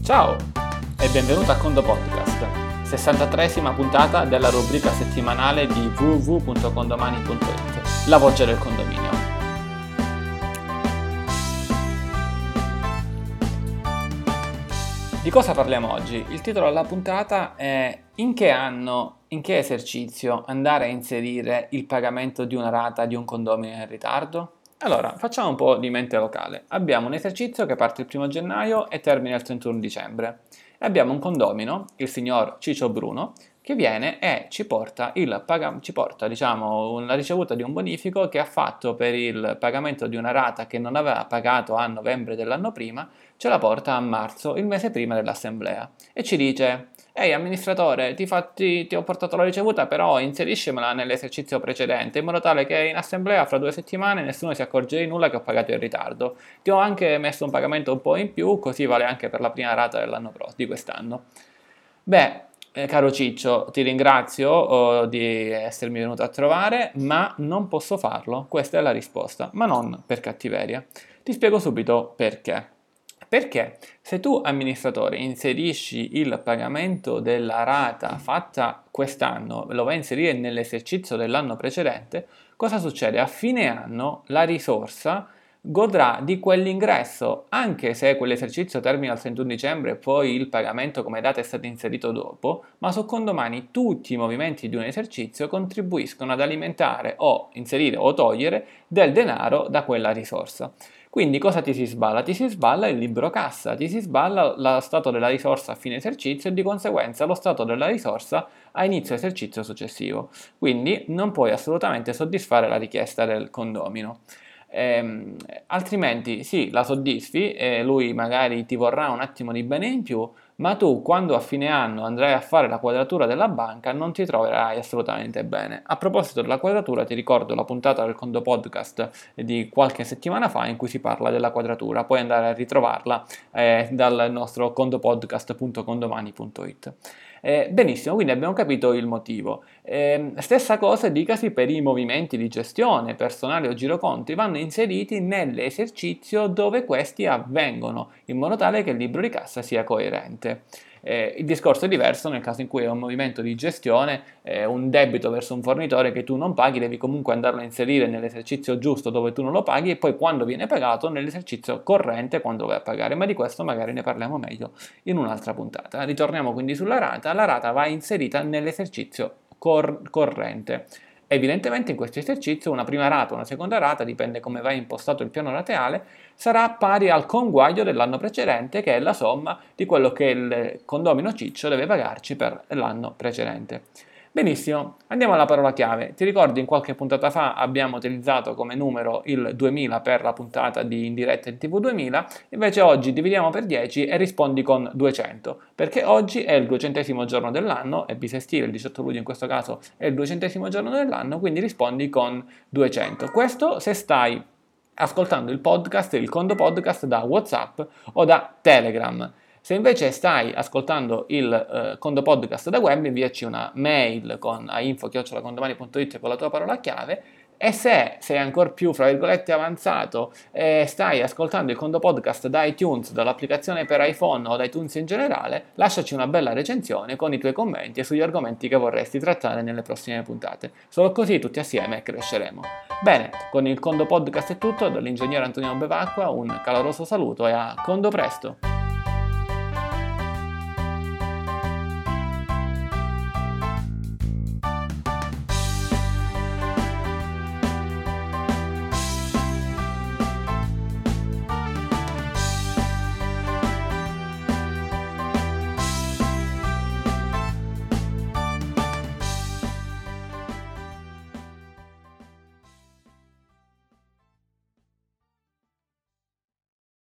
Ciao e benvenuto a Condo Podcast, 63esima puntata della rubrica settimanale di www.condomani.it, la voce del condominio. Di cosa parliamo oggi? Il titolo della puntata è in che anno, in che esercizio andare a inserire il pagamento di una rata di un condominio in ritardo? Allora, facciamo un po' di mente locale. Abbiamo un esercizio che parte il 1 gennaio e termina il 31 dicembre. E abbiamo un condomino, il signor Ciccio Bruno, che viene e ci porta la ricevuta di un bonifico che ha fatto per il pagamento di una rata che non aveva pagato a novembre dell'anno prima, ce la porta a marzo, il mese prima dell'assemblea, e ci dice: ehi amministratore, ti ho portato la ricevuta, però inseriscimela nell'esercizio precedente, in modo tale che in assemblea fra 2 settimane nessuno si accorge di nulla che ho pagato in ritardo. Ti ho anche messo un pagamento un po' in più, così vale anche per la prima rata di quest'anno. Beh, caro Ciccio, ti ringrazio di essermi venuto a trovare, ma non posso farlo. Questa è la risposta, ma non per cattiveria. Ti spiego subito perché. Perché se tu amministratore inserisci il pagamento della rata fatta quest'anno, lo vai a inserire nell'esercizio dell'anno precedente, cosa succede? A fine anno la risorsa godrà di quell'ingresso, anche se quell'esercizio termina il 31 dicembre e poi il pagamento come data è stato inserito dopo, ma su Condomani tutti i movimenti di un esercizio contribuiscono ad alimentare o inserire o togliere del denaro da quella risorsa. Quindi cosa ti si sballa? Ti si sballa il libro cassa, ti si sballa lo stato della risorsa a fine esercizio e di conseguenza lo stato della risorsa a inizio esercizio successivo. Quindi non puoi assolutamente soddisfare la richiesta del condomino. Altrimenti sì, la soddisfi e lui magari ti vorrà un attimo di bene in più, ma tu quando a fine anno andrai a fare la quadratura della banca non ti troverai assolutamente bene. A proposito della quadratura, ti ricordo la puntata del Condo Podcast di qualche settimana fa in cui si parla della quadratura, puoi andare a ritrovarla dal nostro condopodcast.condomani.it. Benissimo, quindi abbiamo capito il motivo. Stessa cosa dicasi per i movimenti di gestione, personale o giroconti, vanno inseriti nell'esercizio dove questi avvengono, in modo tale che il libro di cassa sia coerente. Il discorso è diverso nel caso in cui è un movimento di gestione, un debito verso un fornitore che tu non paghi, devi comunque andarlo a inserire nell'esercizio giusto dove tu non lo paghi e poi quando viene pagato nell'esercizio corrente quando vai a pagare, ma di questo magari ne parliamo meglio in un'altra puntata. Ritorniamo quindi sulla rata, la rata va inserita nell'esercizio corrente. Evidentemente in questo esercizio una prima rata o una seconda rata, dipende come va impostato il piano rateale, sarà pari al conguaglio dell'anno precedente, che è la somma di quello che il condomino Ciccio deve pagarci per l'anno precedente. Benissimo, andiamo alla parola chiave. Ti ricordi in qualche puntata fa abbiamo utilizzato come numero il 2000 per la puntata di In diretta in TV 2000, invece oggi dividiamo per 10 e rispondi con 200, perché oggi è il 200° giorno dell'anno, è bisestile, il 18 luglio in questo caso è il 200° giorno dell'anno, quindi rispondi con 200. Questo se stai ascoltando il podcast, il Condo Podcast da WhatsApp o da Telegram. Se invece stai ascoltando il Condo Podcast da web, inviaci una mail a info@condomani.it con la tua parola chiave, e se sei ancora più, fra virgolette, avanzato e stai ascoltando il Condo Podcast da iTunes, dall'applicazione per iPhone o da iTunes in generale, lasciaci una bella recensione con i tuoi commenti e sugli argomenti che vorresti trattare nelle prossime puntate. Solo così tutti assieme cresceremo. Bene, con il Condo Podcast è tutto, dall'ingegnere Antonino Bevacqua un caloroso saluto e a Condo presto!